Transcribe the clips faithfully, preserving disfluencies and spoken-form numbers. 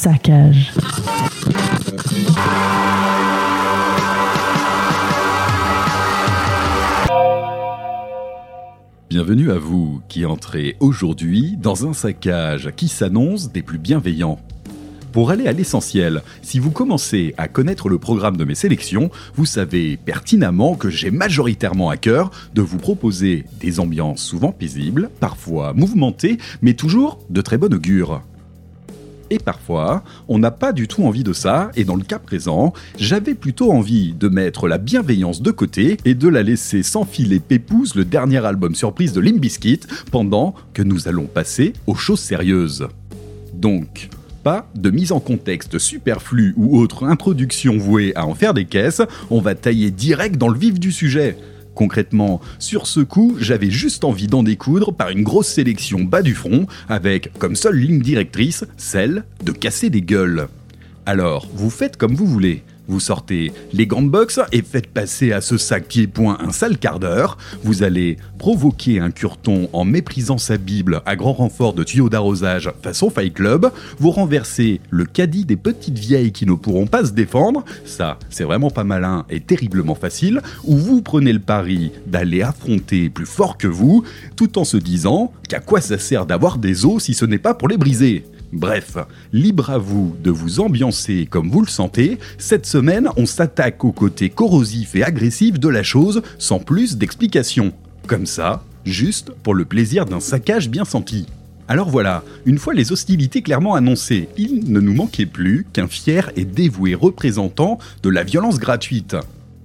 saccage. Bienvenue à vous qui entrez aujourd'hui dans un saccage qui s'annonce des plus bienveillants. Pour aller à l'essentiel, si vous commencez à connaître le programme de mes sélections, vous savez pertinemment que j'ai majoritairement à cœur de vous proposer des ambiances souvent paisibles, parfois mouvementées, mais toujours de très bon augure. Et parfois, on n'a pas du tout envie de ça, et dans le cas présent, j'avais plutôt envie de mettre la bienveillance de côté et de la laisser s'enfiler pépouze le dernier album surprise de Limp Bizkit pendant que nous allons passer aux choses sérieuses. Donc, pas de mise en contexte superflue ou autre introduction vouée à en faire des caisses, on va tailler direct dans le vif du sujet. Concrètement, sur ce coup, j'avais juste envie d'en découdre par une grosse sélection bas du front, avec comme seule ligne directrice, celle de casser des gueules. Alors, vous faites comme vous voulez. Vous sortez les gants de boxe et faites passer à ce sac pied-point un sale quart d'heure. Vous allez provoquer un curton en méprisant sa Bible à grand renfort de tuyaux d'arrosage façon Fight Club. Vous renversez le caddie des petites vieilles qui ne pourront pas se défendre. Ça, c'est vraiment pas malin et terriblement facile. Ou vous prenez le pari d'aller affronter plus fort que vous, tout en se disant qu'à quoi ça sert d'avoir des os si ce n'est pas pour les briser. Bref, libre à vous de vous ambiancer comme vous le sentez. Cette semaine, on s'attaque au côté corrosif et agressif de la chose sans plus d'explications. Comme ça, juste pour le plaisir d'un saccage bien senti. Alors voilà, une fois les hostilités clairement annoncées, il ne nous manquait plus qu'un fier et dévoué représentant de la violence gratuite.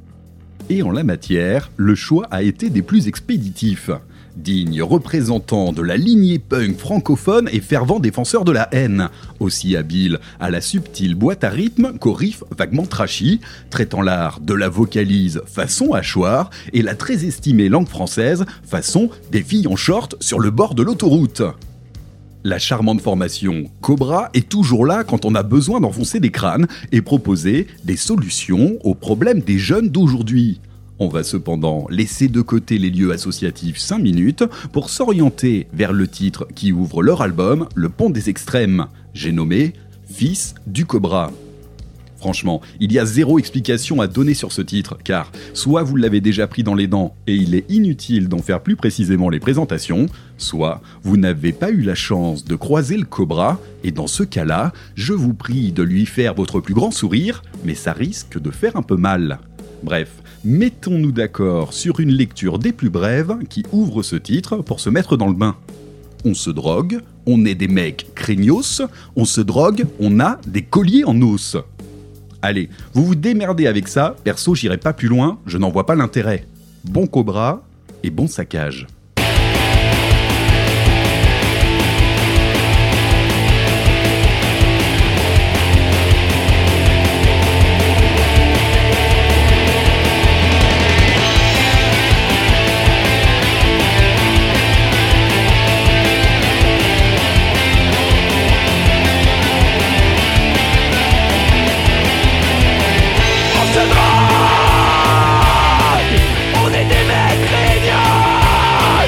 Et en la matière, le choix a été des plus expéditifs. Digne représentant de la lignée punk francophone et fervent défenseur de la haine, aussi habile à la subtile boîte à rythme qu'au riff vaguement trashy, traitant l'art de la vocalise façon hachoir et la très estimée langue française façon des filles en short sur le bord de l'autoroute. La charmante formation Cobra est toujours là quand on a besoin d'enfoncer des crânes et proposer des solutions aux problèmes des jeunes d'aujourd'hui. On va cependant laisser de côté les lieux associatifs cinq minutes pour s'orienter vers le titre qui ouvre leur album, Le Pont des Extrêmes. J'ai nommé Fils du Cobra. Franchement, il y a zéro explication à donner sur ce titre, car soit vous l'avez déjà pris dans les dents et il est inutile d'en faire plus précisément les présentations, soit vous n'avez pas eu la chance de croiser le Cobra, et dans ce cas-là, je vous prie de lui faire votre plus grand sourire, mais ça risque de faire un peu mal. Bref, mettons-nous d'accord sur une lecture des plus brèves qui ouvre ce titre pour se mettre dans le bain. On se drogue, on est des mecs craignos, on se drogue, on a des colliers en os. Allez, vous vous démerdez avec ça, perso j'irai pas plus loin, je n'en vois pas l'intérêt. Bon Cobra et bon saccage. On est des mecs craignants.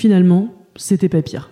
finalement, c'était pas pire.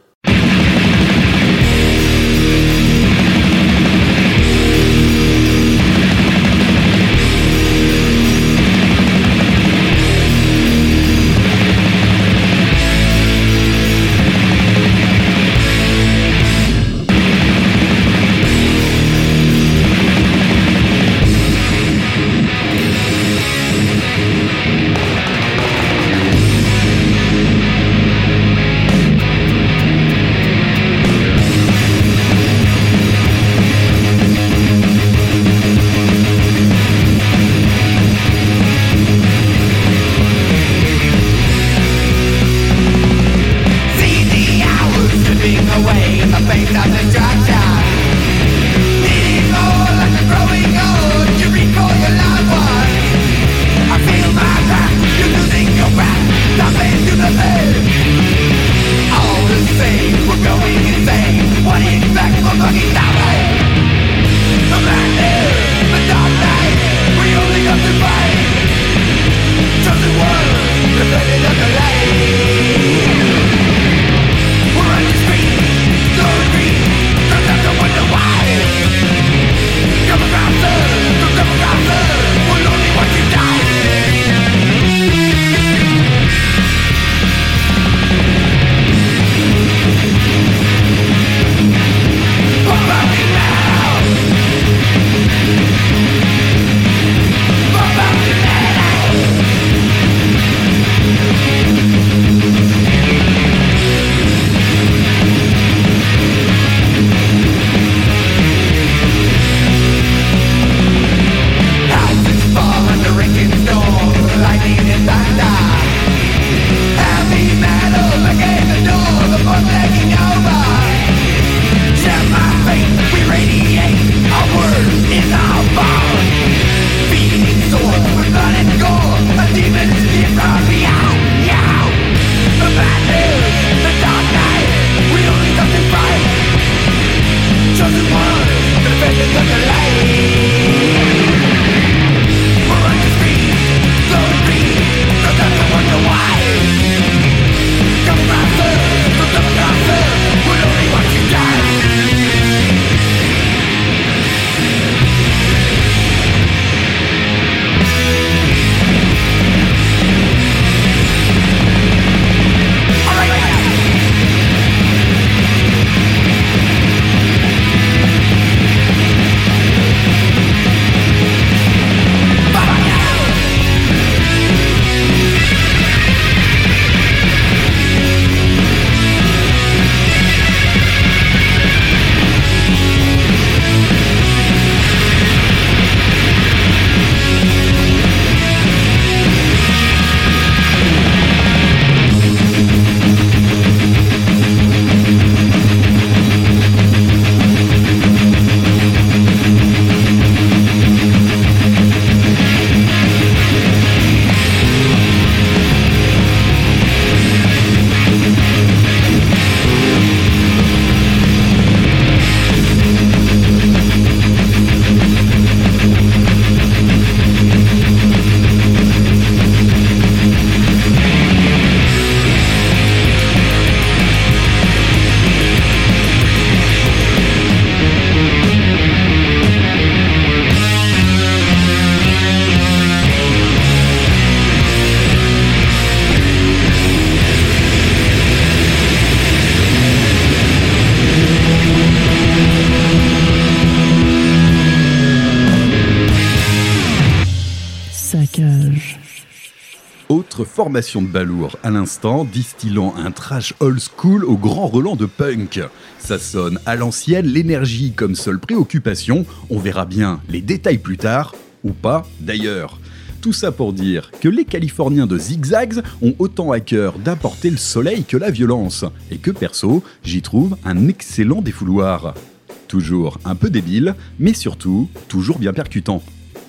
Autre formation de balourd à l'instant, distillant un trash old school au grand relent de punk. Ça sonne à l'ancienne, l'énergie comme seule préoccupation, on verra bien les détails plus tard, ou pas d'ailleurs. Tout ça pour dire que les Californiens de Zigzags ont autant à cœur d'apporter le soleil que la violence, et que perso, j'y trouve un excellent défouloir. Toujours un peu débile, mais surtout, toujours bien percutant.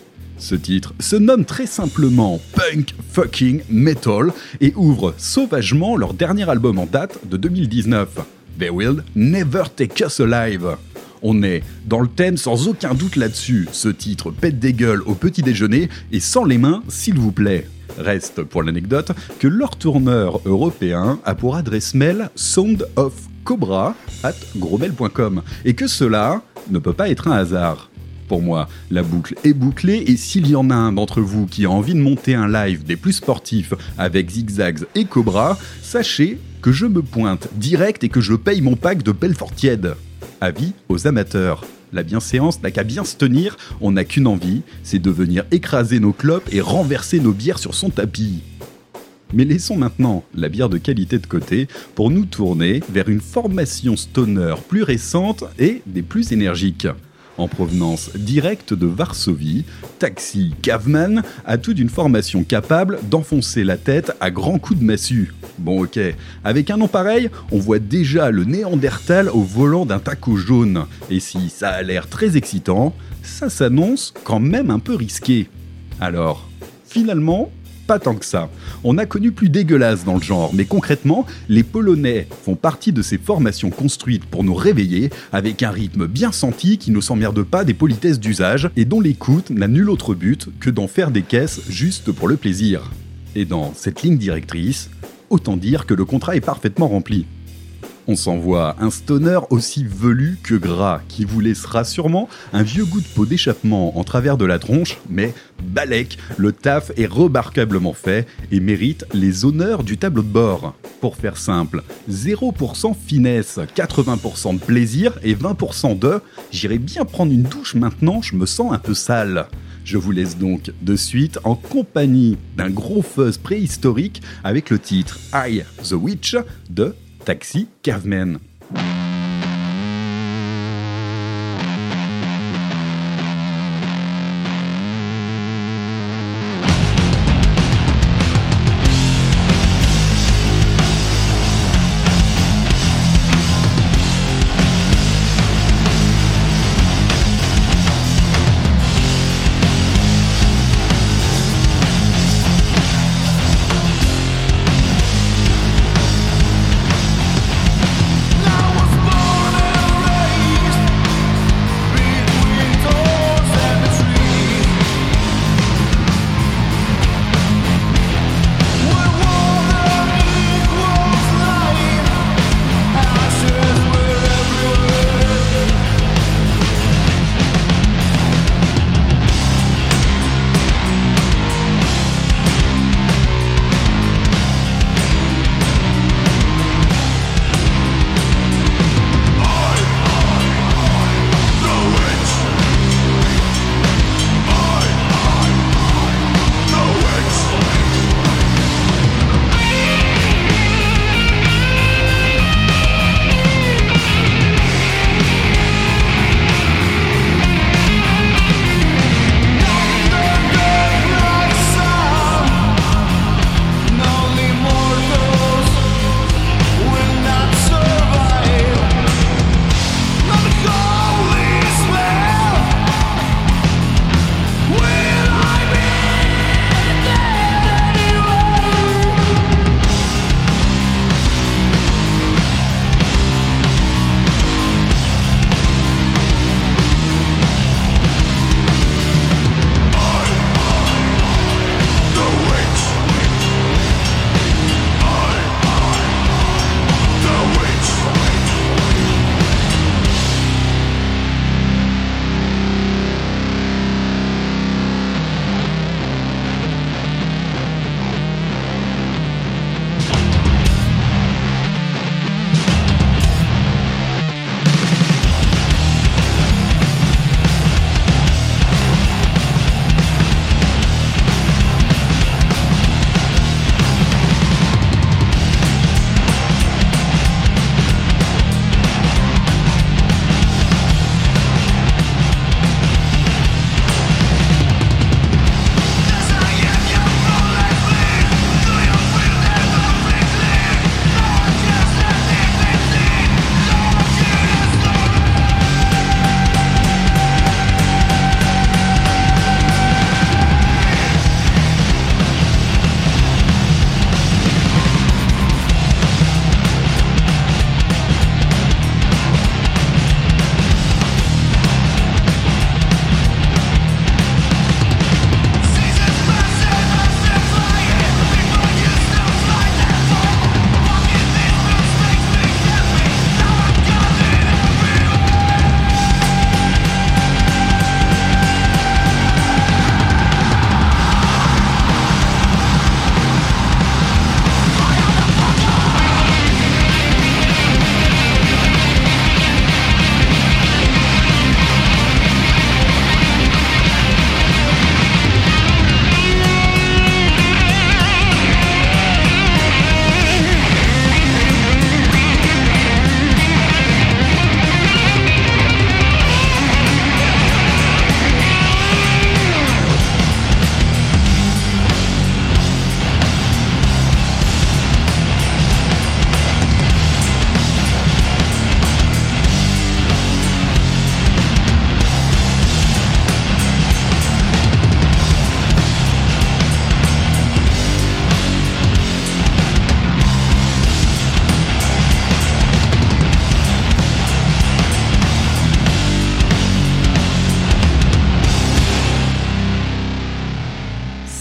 Ce titre se nomme très simplement Punk Fucking Metal et ouvre sauvagement leur dernier album en date de deux mille dix-neuf, They Will Never Take Us Alive. On est dans le thème sans aucun doute là-dessus, ce titre pète des gueules au petit déjeuner et sans les mains s'il vous plaît. Reste pour l'anecdote que leur tourneur européen a pour adresse mail soundofcobra arobase grosmail point com et que cela ne peut pas être un hasard. Pour moi, la boucle est bouclée et s'il y en a un d'entre vous qui a envie de monter un live des plus sportifs avec Zigzags et Cobra, sachez que je me pointe direct et que je paye mon pack de Belfort tiède. Avis aux amateurs. La bienséance n'a qu'à bien se tenir, on n'a qu'une envie, c'est de venir écraser nos clopes et renverser nos bières sur son tapis. Mais laissons maintenant la bière de qualité de côté pour nous tourner vers une formation stoner plus récente et des plus énergiques. En provenance directe de Varsovie, Taxi Caveman a tout d'une formation capable d'enfoncer la tête à grands coups de massue. Bon ok, avec un nom pareil, on voit déjà le Néandertal au volant d'un taco jaune. Et si ça a l'air très excitant, ça s'annonce quand même un peu risqué. Alors, finalement, pas tant que ça. On a connu plus dégueulasse dans le genre, mais concrètement, les Polonais font partie de ces formations construites pour nous réveiller, avec un rythme bien senti qui ne s'emmerde pas des politesses d'usage et dont l'écoute n'a nul autre but que d'en faire des caisses juste pour le plaisir. Et dans cette ligne directrice, autant dire que le contrat est parfaitement rempli. On s'envoie un stoner aussi velu que gras, qui vous laissera sûrement un vieux goût de peau d'échappement en travers de la tronche, mais balèque, le taf est remarquablement fait et mérite les honneurs du tableau de bord. Pour faire simple, zéro pour cent finesse, quatre-vingts pour cent de plaisir et vingt pour cent de « j'irai bien prendre une douche maintenant, je me sens un peu sale ». Je vous laisse donc de suite en compagnie d'un gros fuzz préhistorique avec le titre « I, the Witch » de Taxi Caveman. Light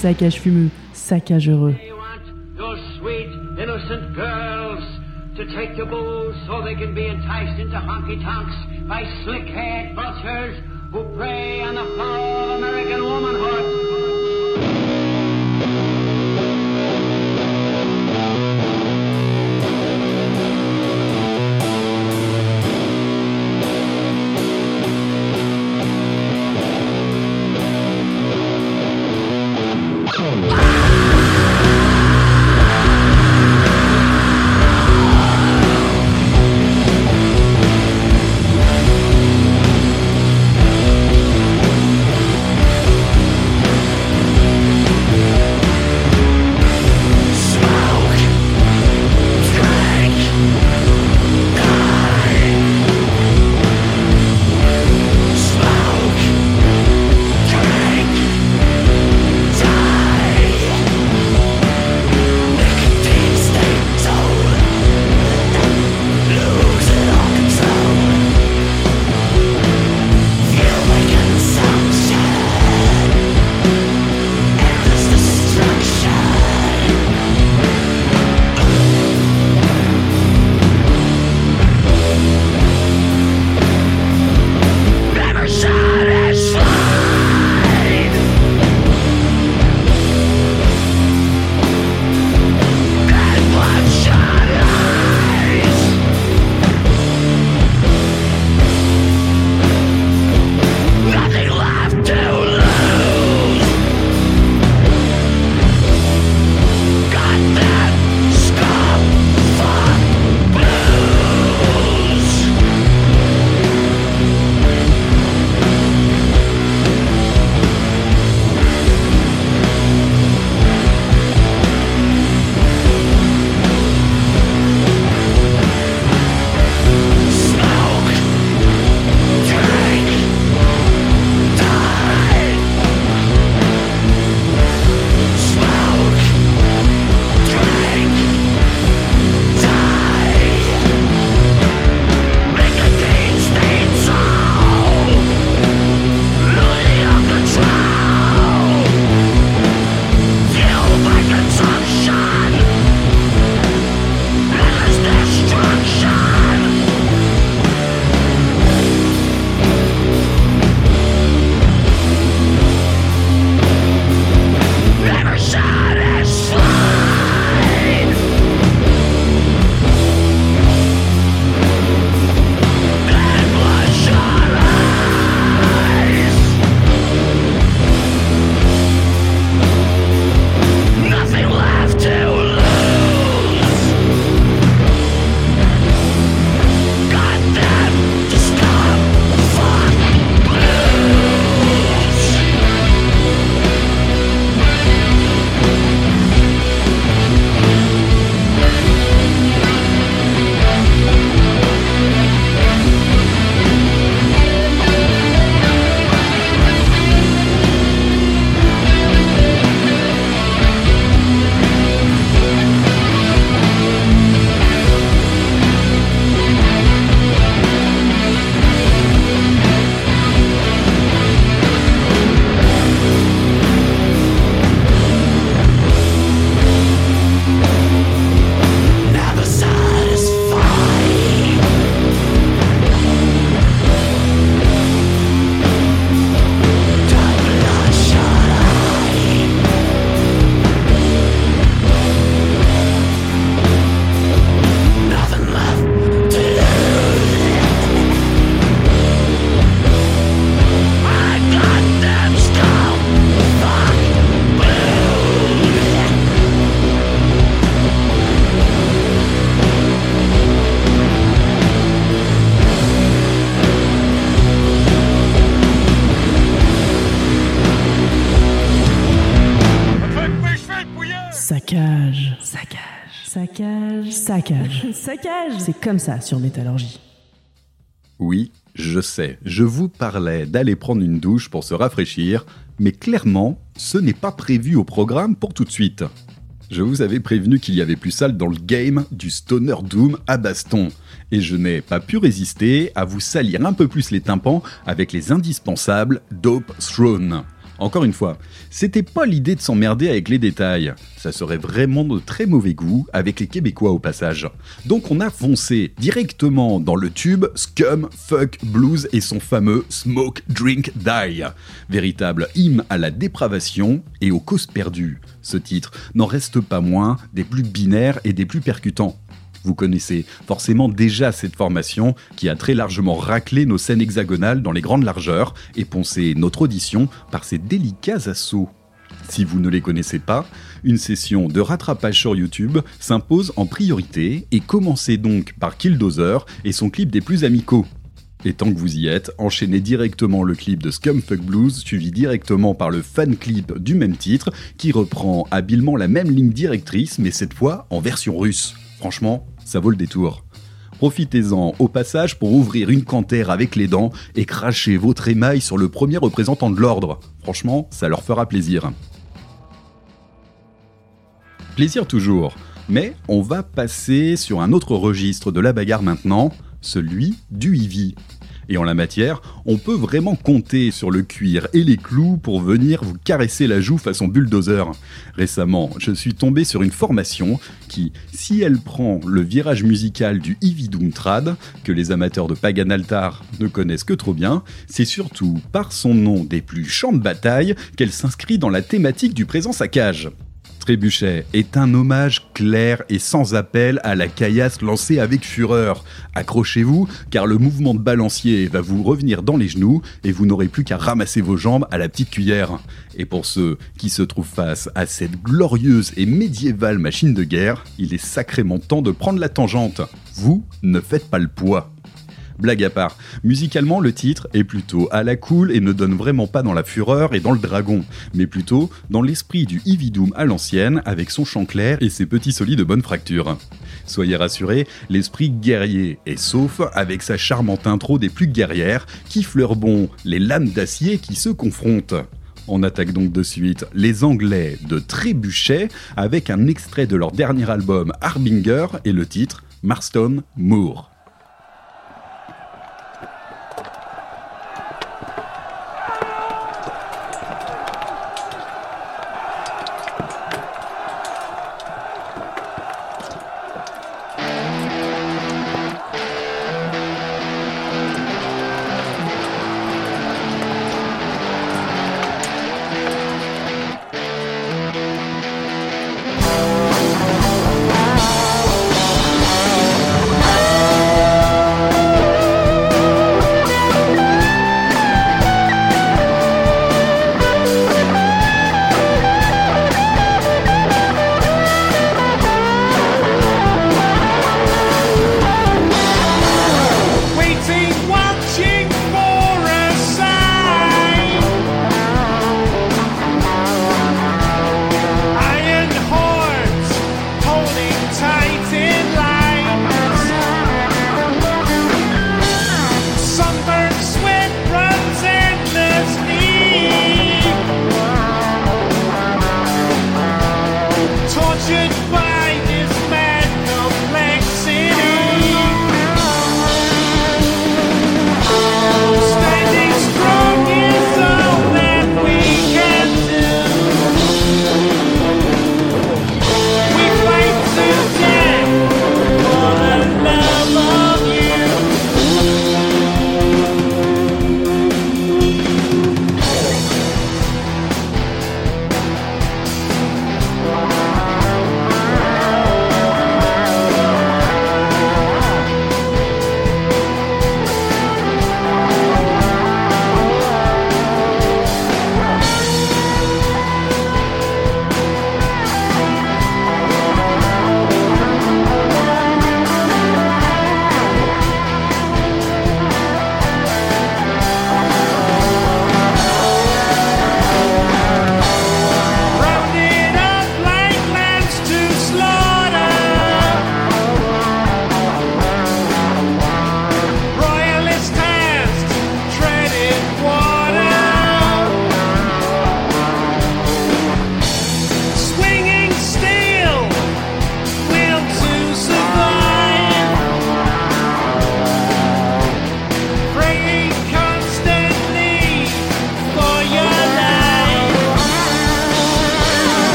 saccage fumeux, saccage heureux. To take the booze so they can be enticed into honky-tonks by slick-haired vultures who prey on the fall of American womanhood. Saccage, saccage, saccage, saccage, saccage. C'est comme ça sur Métallurgie. Oui, je sais, je vous parlais d'aller prendre une douche pour se rafraîchir, mais clairement, ce n'est pas prévu au programme pour tout de suite. Je vous avais prévenu qu'il y avait plus sale dans le game du Stoner Doom à baston, et je n'ai pas pu résister à vous salir un peu plus les tympans avec les indispensables Dope Throne. Encore une fois, c'était pas l'idée de s'emmerder avec les détails. Ça serait vraiment de très mauvais goût avec les Québécois au passage. Donc on a foncé directement dans le tube Scum Fuck Blues et son fameux Smoke Drink Die. Véritable hymne à la dépravation et aux causes perdues. Ce titre n'en reste pas moins des plus binaires et des plus percutants. Vous connaissez forcément déjà cette formation qui a très largement raclé nos scènes hexagonales dans les grandes largeurs et poncé notre audition par ses délicats assauts. Si vous ne les connaissez pas, une session de rattrapage sur YouTube s'impose en priorité et commencez donc par Killdozer et son clip des plus amicaux. Et tant que vous y êtes, enchaînez directement le clip de Scum Fuck Blues, suivi directement par le fan clip du même titre, qui reprend habilement la même ligne directrice, mais cette fois en version russe. Franchement, ça vaut le détour. Profitez-en au passage pour ouvrir une cantère avec les dents et cracher votre émail sur le premier représentant de l'ordre. Franchement, ça leur fera plaisir. Plaisir toujours, mais on va passer sur un autre registre de la bagarre maintenant, celui du heavy. Et en la matière, on peut vraiment compter sur le cuir et les clous pour venir vous caresser la joue façon bulldozer. Récemment, je suis tombé sur une formation qui, si elle prend le virage musical du Heavy Doom Trad, que les amateurs de Pagan Altar ne connaissent que trop bien, c'est surtout par son nom des plus champs de bataille qu'elle s'inscrit dans la thématique du présent saccage. Trébuchet est un hommage clair et sans appel à la caillasse lancée avec fureur. Accrochez-vous, car le mouvement de balancier va vous revenir dans les genoux et vous n'aurez plus qu'à ramasser vos jambes à la petite cuillère. Et pour ceux qui se trouvent face à cette glorieuse et médiévale machine de guerre, il est sacrément temps de prendre la tangente. Vous ne faites pas le poids. Blague à part, musicalement le titre est plutôt à la cool et ne donne vraiment pas dans la fureur et dans le dragon, mais plutôt dans l'esprit du Heavy Doom à l'ancienne avec son chant clair et ses petits solis de bonne fracture. Soyez rassurés, l'esprit guerrier est sauf avec sa charmante intro des plus guerrières qui fleure bon les lames d'acier qui se confrontent. On attaque donc de suite les Anglais de Trébuchet avec un extrait de leur dernier album Harbinger et le titre Marston Moor. Oh,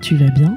Tu vas bien ?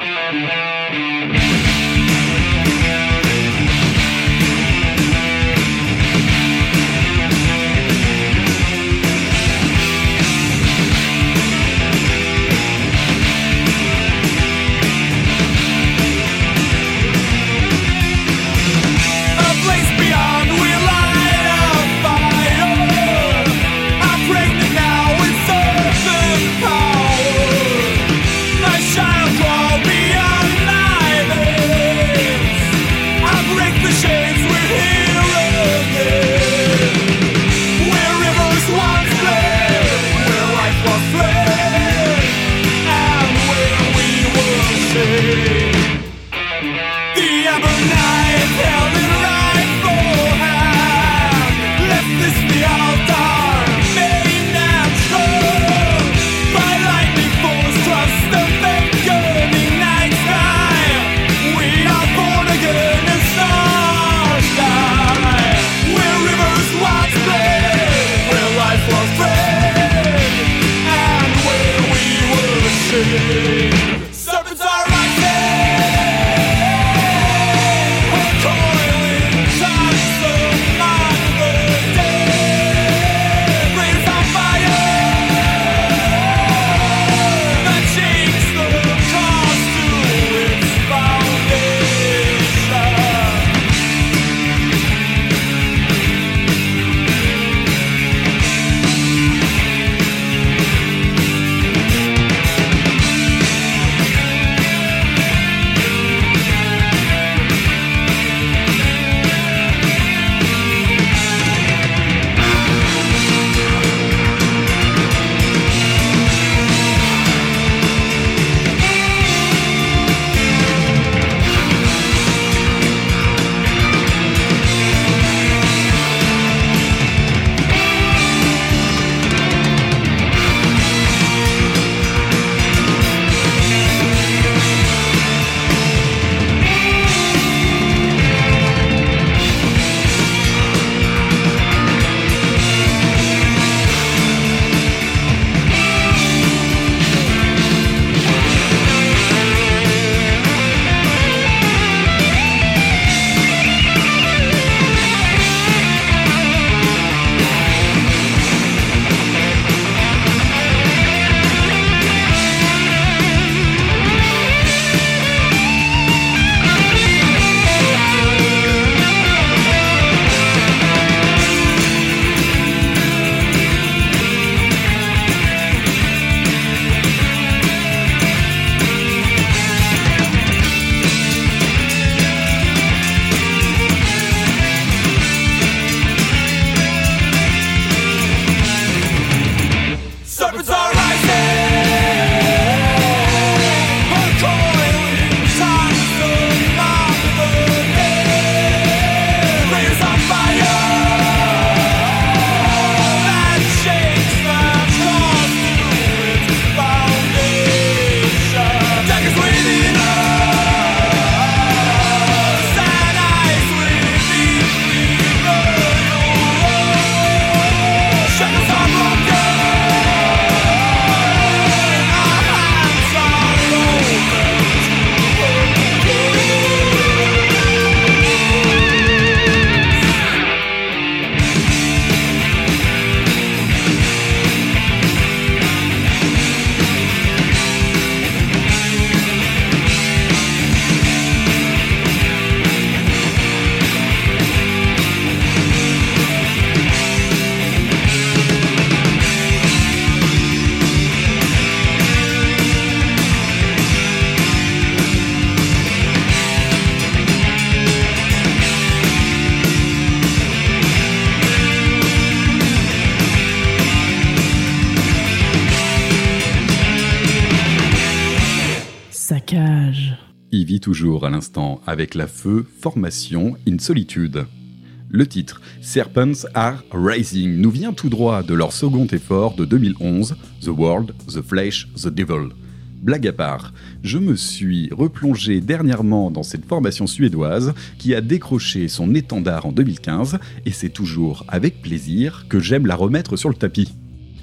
Saccage. Y vit toujours à l'instant avec la feu Formation in Solitude. Le titre Serpents Are Rising nous vient tout droit de leur second effort de deux mille onze, The World, The Flesh, The Devil. Blague à part, je me suis replongé dernièrement dans cette formation suédoise qui a décroché son étendard en deux mille quinze et c'est toujours avec plaisir que j'aime la remettre sur le tapis.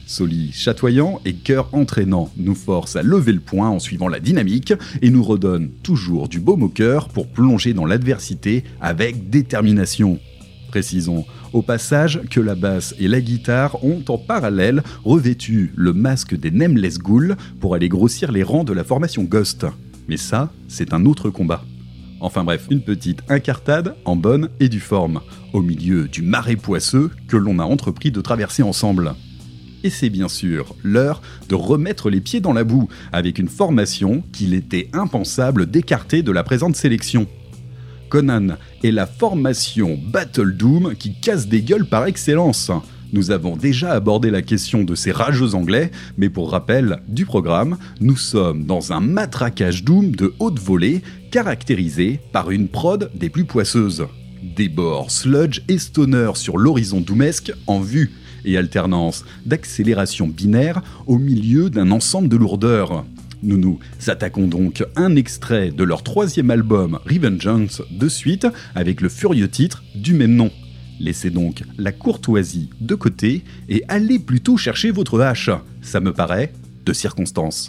Soli chatoyant et cœur entraînant nous force à lever le poing en suivant la dynamique et nous redonne toujours du baume au cœur pour plonger dans l'adversité avec détermination. Précisons au passage que la basse et la guitare ont en parallèle revêtu le masque des Nameless Ghouls pour aller grossir les rangs de la formation Ghost. Mais ça, c'est un autre combat. Enfin bref, une petite incartade en bonne et due forme, au milieu du marais poisseux que l'on a entrepris de traverser ensemble. Et c'est bien sûr l'heure de remettre les pieds dans la boue, avec une formation qu'il était impensable d'écarter de la présente sélection. Conan est la formation Battle Doom qui casse des gueules par excellence. Nous avons déjà abordé la question de ces rageux anglais, mais pour rappel du programme, nous sommes dans un matraquage Doom de haute volée, caractérisé par une prod des plus poisseuses. Des bords sludge et stoner sur l'horizon doomesque en vue, et alternance d'accélération binaire au milieu d'un ensemble de lourdeurs. Nous nous attaquons donc un extrait de leur troisième album Revengeance de suite avec le furieux titre du même nom. Laissez donc la courtoisie de côté et allez plutôt chercher votre hache, ça me paraît de circonstance.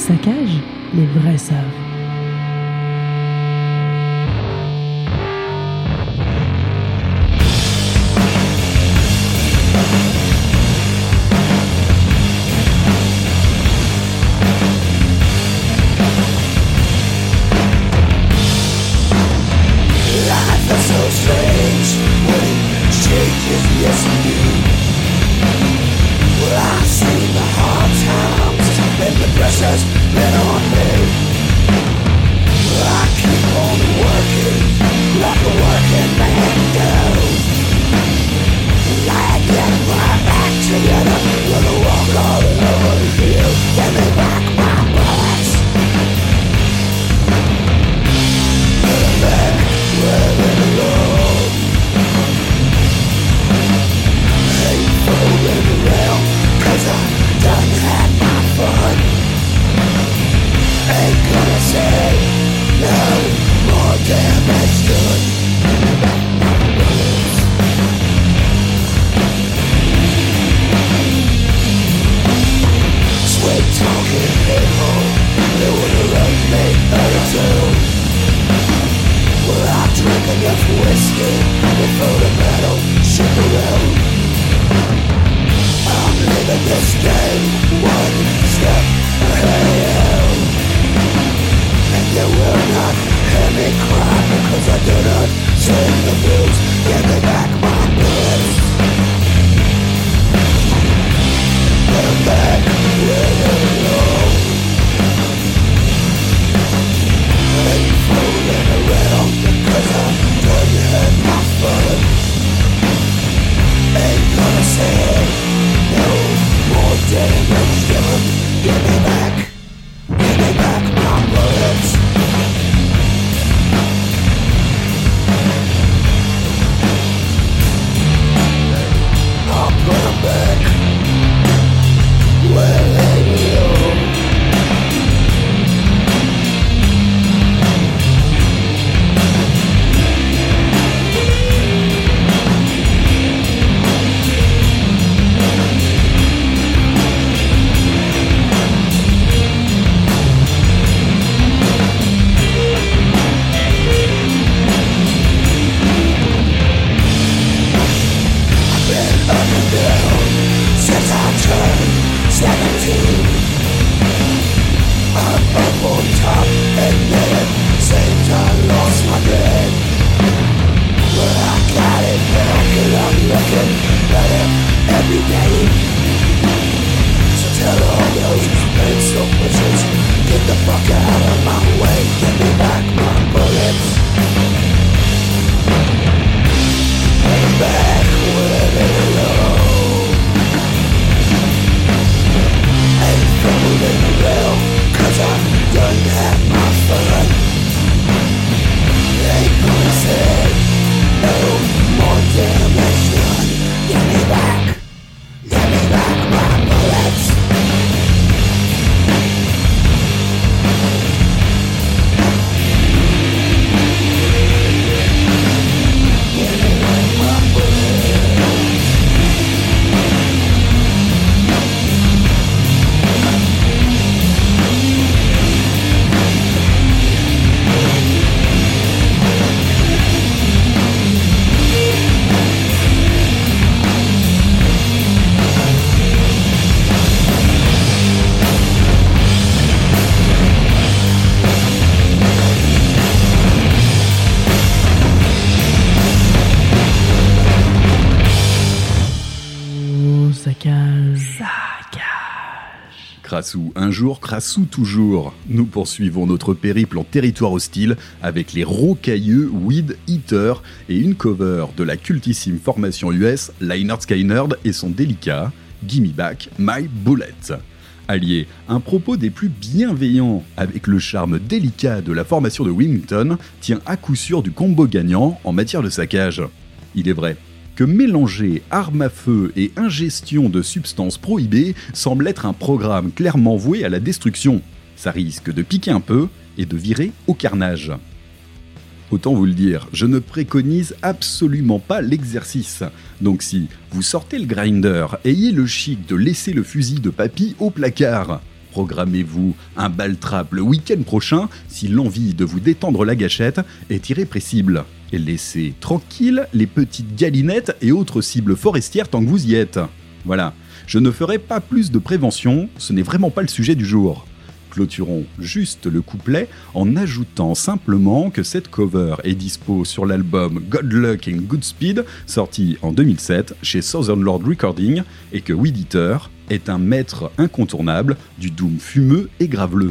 Saccage, les vrais savent. Saccage. Saccage. Crassou un jour, Crassou toujours. Nous poursuivons notre périple en territoire hostile avec les rocailleux Weed Eater et une cover de la cultissime formation U S Lynyrd Skynyrd et son délicat Gimme Back My Bullet. Allié un propos des plus bienveillants avec le charme délicat de la formation de Wilmington tient à coup sûr du combo gagnant en matière de saccage. Il est vrai que mélanger armes à feu et ingestion de substances prohibées semble être un programme clairement voué à la destruction. Ça risque de piquer un peu et de virer au carnage. Autant vous le dire, je ne préconise absolument pas l'exercice. Donc si vous sortez le grinder, ayez le chic de laisser le fusil de papy au placard. Programmez-vous un ball trap le week-end prochain si l'envie de vous détendre la gâchette est irrépressible. Et laissez tranquilles les petites galinettes et autres cibles forestières tant que vous y êtes. Voilà, je ne ferai pas plus de prévention, ce n'est vraiment pas le sujet du jour. Clôturons juste le couplet en ajoutant simplement que cette cover est dispo sur l'album God Luck and Goodspeed, sorti en deux mille sept chez Southern Lord Recording, et que Weed Eater est un maître incontournable du doom fumeux et graveleux.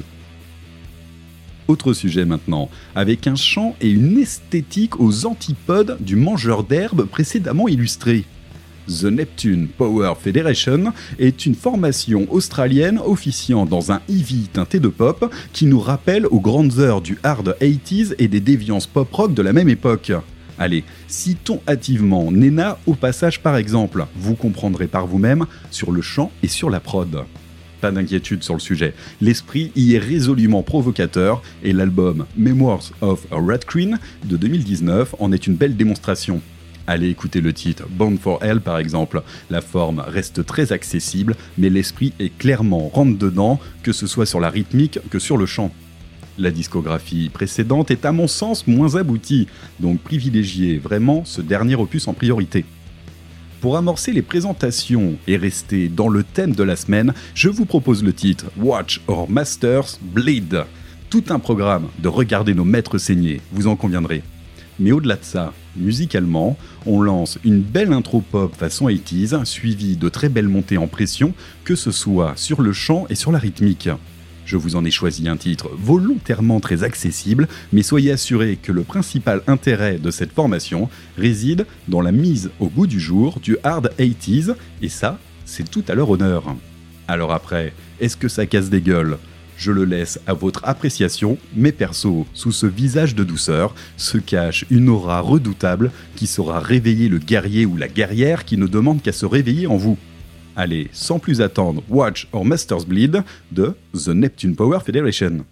Autre sujet maintenant, avec un chant et une esthétique aux antipodes du mangeur d'herbe précédemment illustré. The Neptune Power Federation est une formation australienne officiant dans un heavy teinté de pop qui nous rappelle aux grandes heures du hard eighties et des déviances pop-rock de la même époque. Allez, citons hâtivement Nena au passage par exemple, vous comprendrez par vous-même sur le chant et sur la prod. Pas d'inquiétude sur le sujet, l'esprit y est résolument provocateur et l'album Memoirs of a Red Queen de deux mille dix-neuf en est une belle démonstration. Allez écouter le titre Bound for Hell par exemple, la forme reste très accessible mais l'esprit est clairement rentre-dedans, que ce soit sur la rythmique que sur le chant. La discographie précédente est à mon sens moins aboutie, donc privilégiez vraiment ce dernier opus en priorité. Pour amorcer les présentations et rester dans le thème de la semaine, je vous propose le titre Watch Our Masters Bleed. Tout un programme de regarder nos maîtres saigner, vous en conviendrez. Mais au-delà de ça, musicalement, on lance une belle intro pop façon eighties, suivie de très belles montées en pression, que ce soit sur le chant et sur la rythmique. Je vous en ai choisi un titre volontairement très accessible, mais soyez assurés que le principal intérêt de cette formation réside dans la mise au goût du jour du hard eighties, et ça, c'est tout à leur honneur. Alors après, est-ce que ça casse des gueules ? Je le laisse à votre appréciation, mais perso, sous ce visage de douceur, se cache une aura redoutable qui saura réveiller le guerrier ou la guerrière qui ne demande qu'à se réveiller en vous. Allez, sans plus attendre, Watch Our Masters Bleed de The Neptune Power Federation.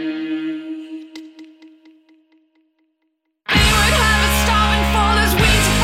Starving fall as weeds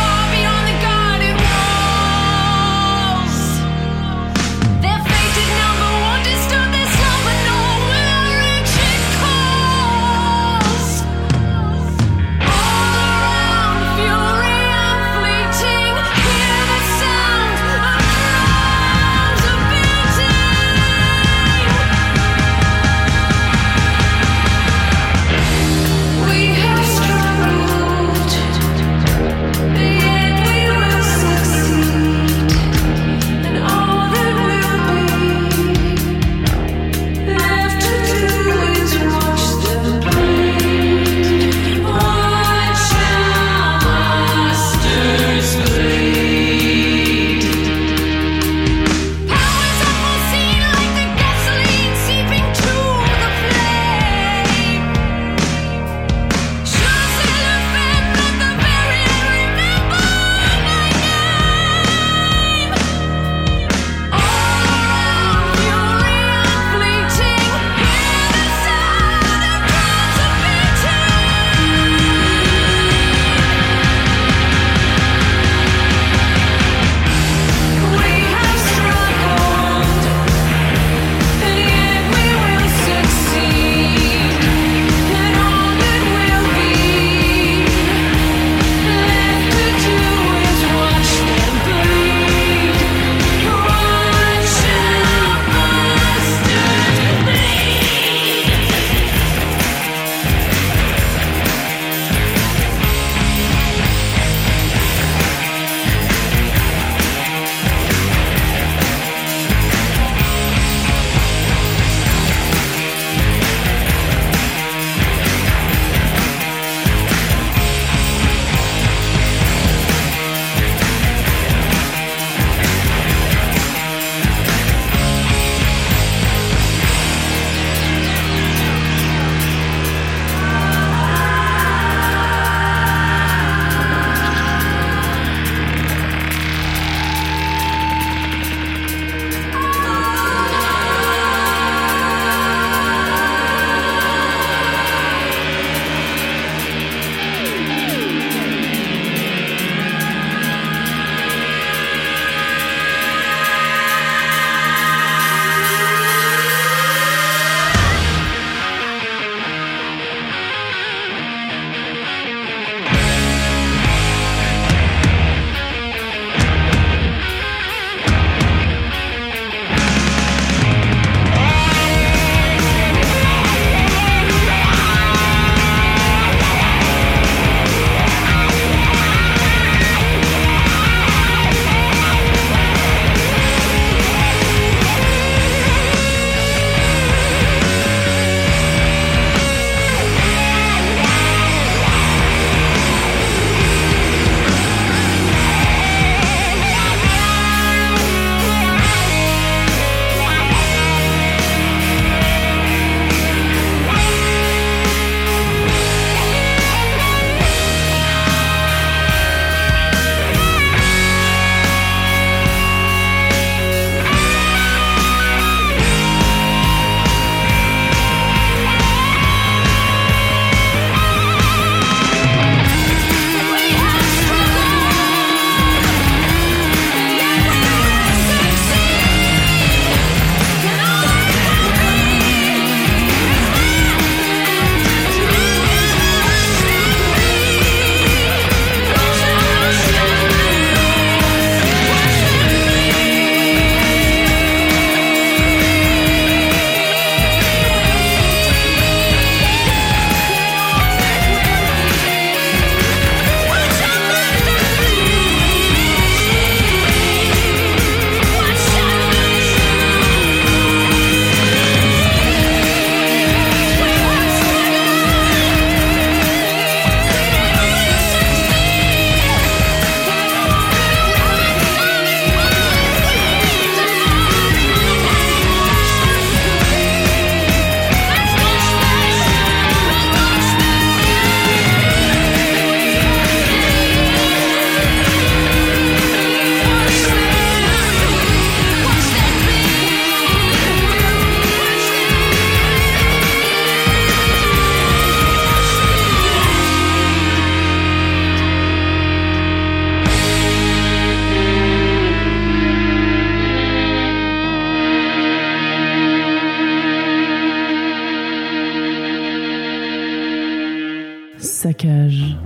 saccage.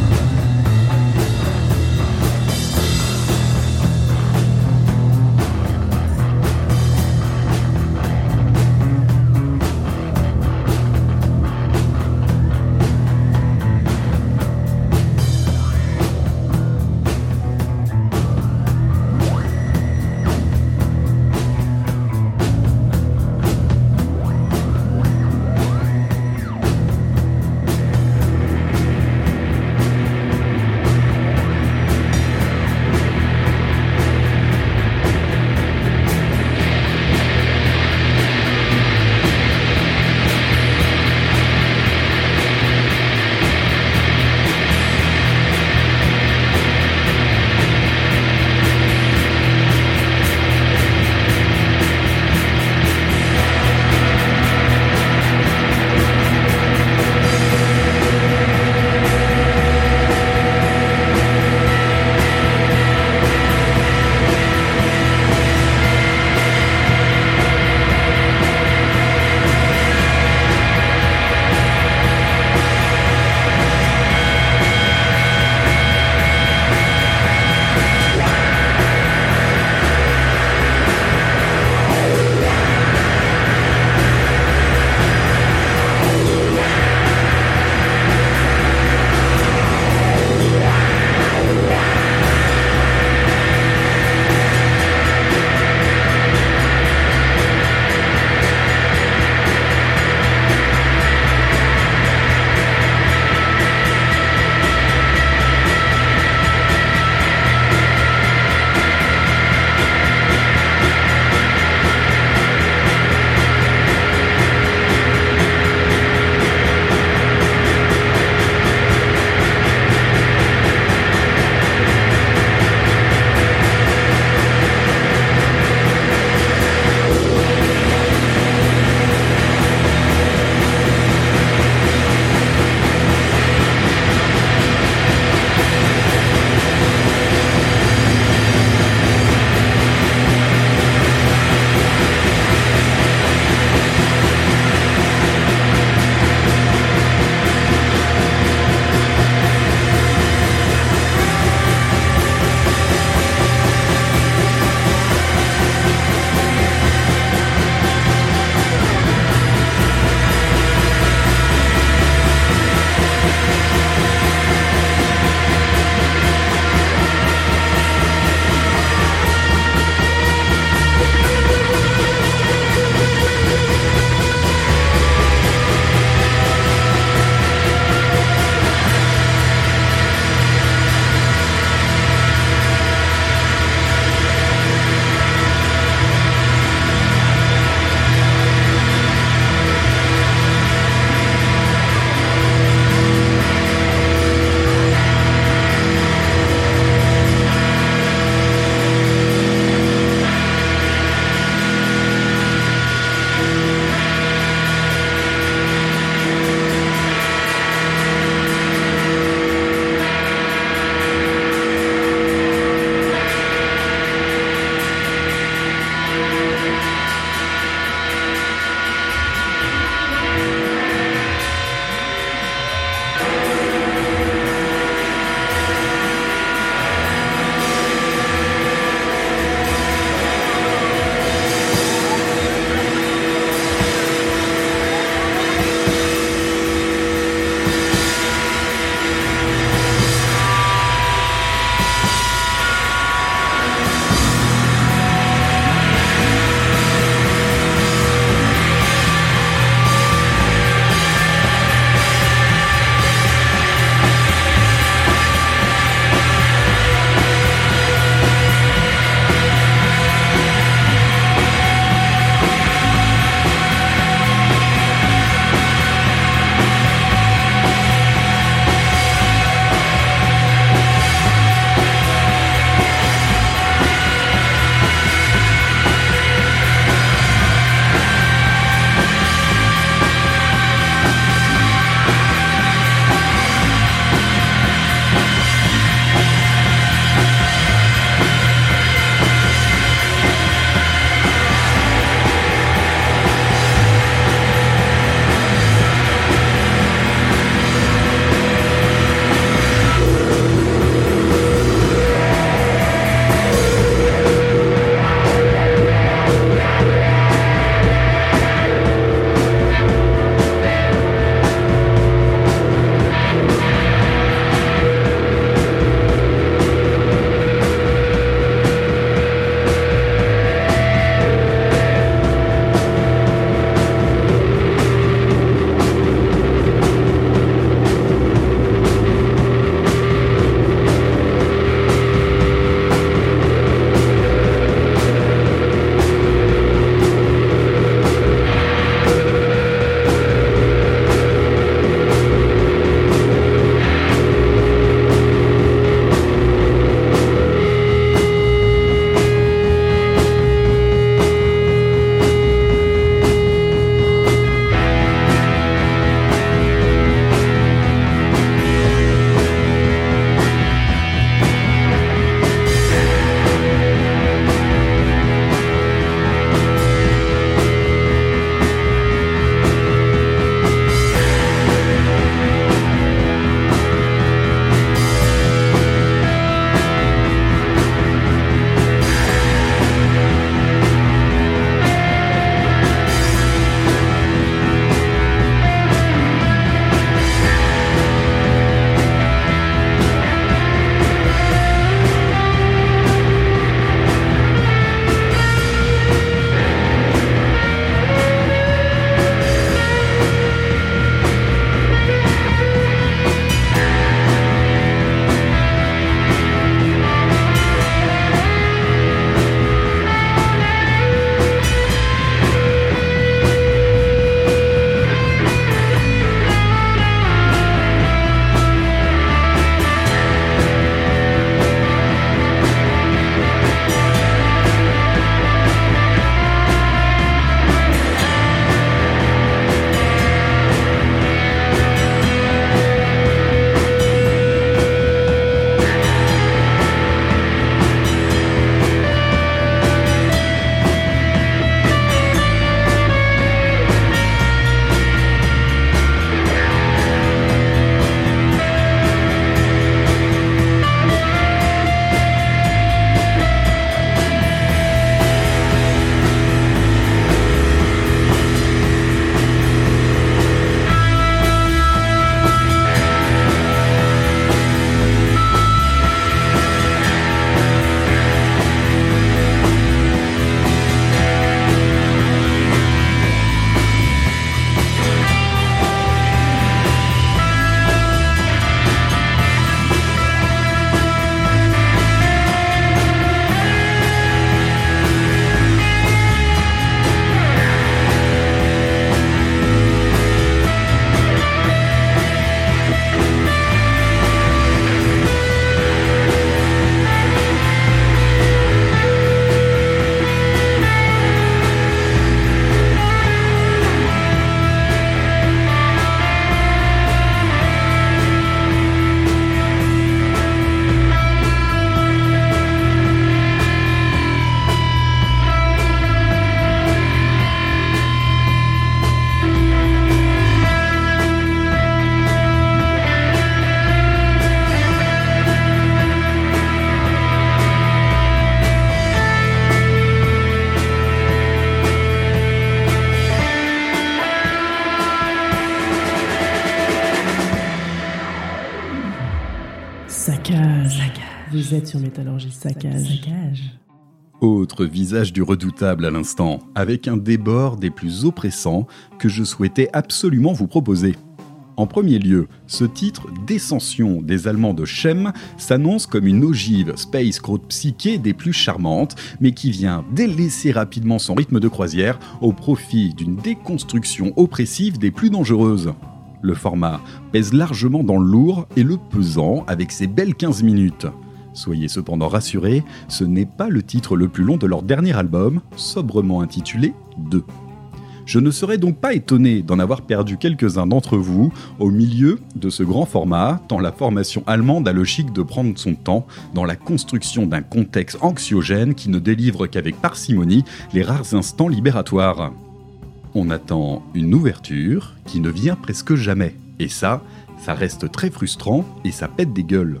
Saccage. Vous êtes sur Métallurgie Saccage. Saccage. Autre visage du redoutable à l'instant, avec un débord des plus oppressants que je souhaitais absolument vous proposer. En premier lieu, ce titre Descension des Allemands de Chem s'annonce comme une ogive space crowd psyché des plus charmantes, mais qui vient délaisser rapidement son rythme de croisière au profit d'une déconstruction oppressive des plus dangereuses. Le format pèse largement dans le lourd et le pesant avec ses belles quinze minutes. Soyez cependant rassurés, ce n'est pas le titre le plus long de leur dernier album, sobrement intitulé deux. Je ne serais donc pas étonné d'en avoir perdu quelques-uns d'entre vous au milieu de ce grand format, tant la formation allemande a le chic de prendre son temps dans la construction d'un contexte anxiogène qui ne délivre qu'avec parcimonie les rares instants libératoires. On attend une ouverture qui ne vient presque jamais, et ça, ça reste très frustrant et ça pète des gueules.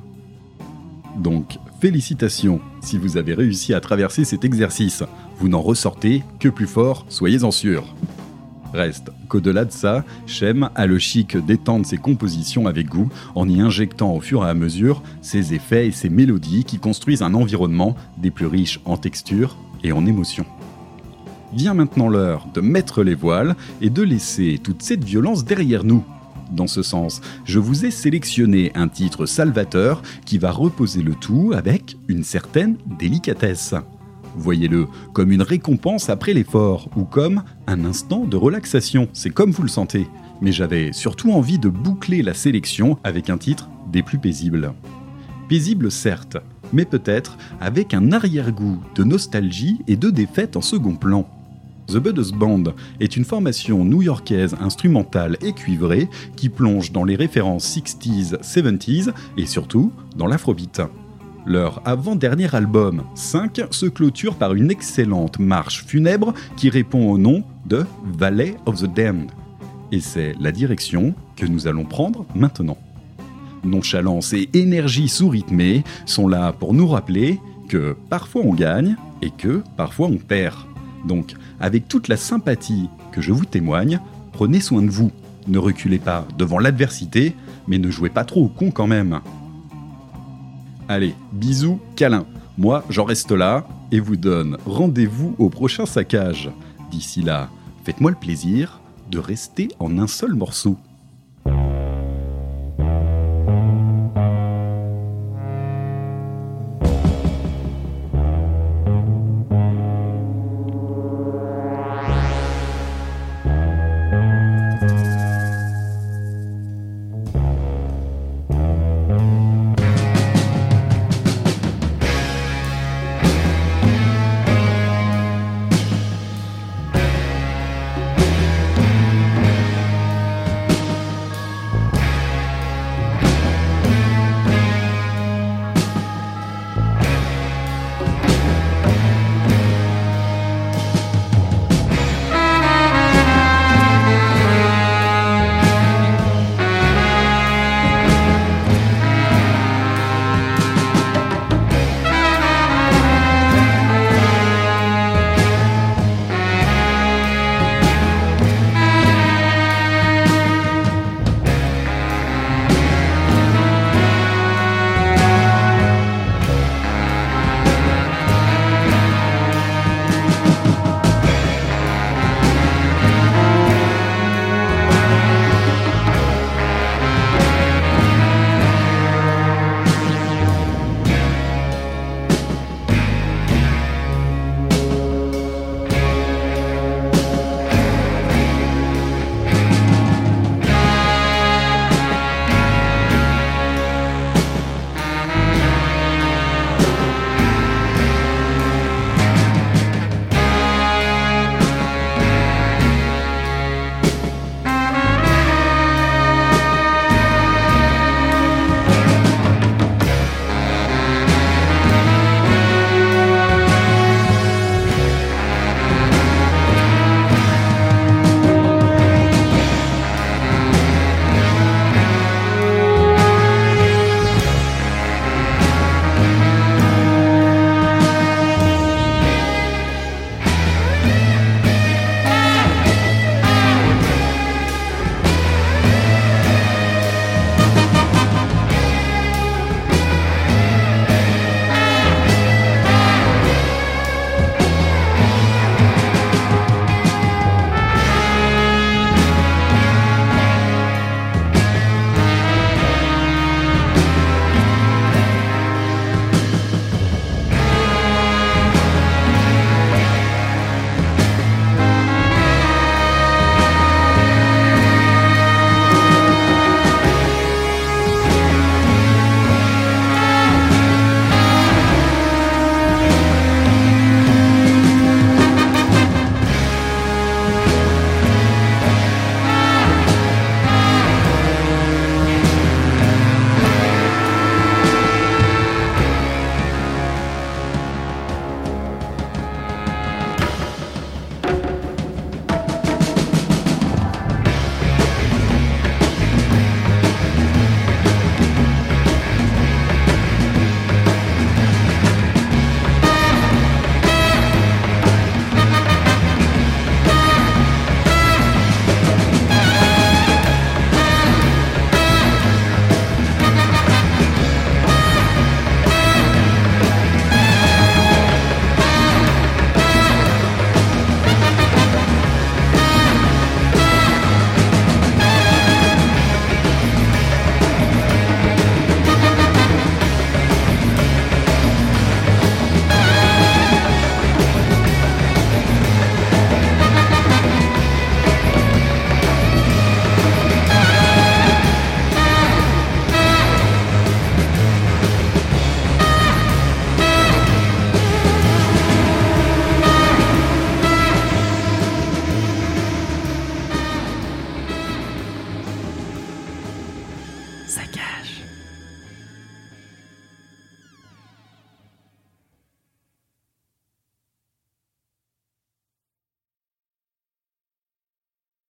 Donc, félicitations si vous avez réussi à traverser cet exercice. Vous n'en ressortez que plus fort, soyez-en sûrs. Reste qu'au-delà de ça, Chem a le chic d'étendre ses compositions avec goût en y injectant au fur et à mesure ses effets et ses mélodies qui construisent un environnement des plus riches en textures et en émotions. Vient maintenant l'heure de mettre les voiles et de laisser toute cette violence derrière nous. Dans ce sens, je vous ai sélectionné un titre salvateur qui va reposer le tout avec une certaine délicatesse. Voyez-le comme une récompense après l'effort ou comme un instant de relaxation, c'est comme vous le sentez. Mais j'avais surtout envie de boucler la sélection avec un titre des plus paisibles. Paisible certes, mais peut-être avec un arrière-goût de nostalgie et de défaite en second plan. The Buddha's Band est une formation new-yorkaise instrumentale et cuivrée qui plonge dans les références sixties, seventies et surtout dans l'afrobeat. Leur avant-dernier album, cinq, se clôture par une excellente marche funèbre qui répond au nom de Valley of the Damned. Et c'est la direction que nous allons prendre maintenant. Nonchalance et énergie sous-rythmée sont là pour nous rappeler que parfois on gagne et que parfois on perd. Donc, avec toute la sympathie que je vous témoigne, prenez soin de vous. Ne reculez pas devant l'adversité, mais ne jouez pas trop au con quand même. Allez, bisous, câlins. Moi, j'en reste là et vous donne rendez-vous au prochain saccage. D'ici là, faites-moi le plaisir de rester en un seul morceau. Saccage.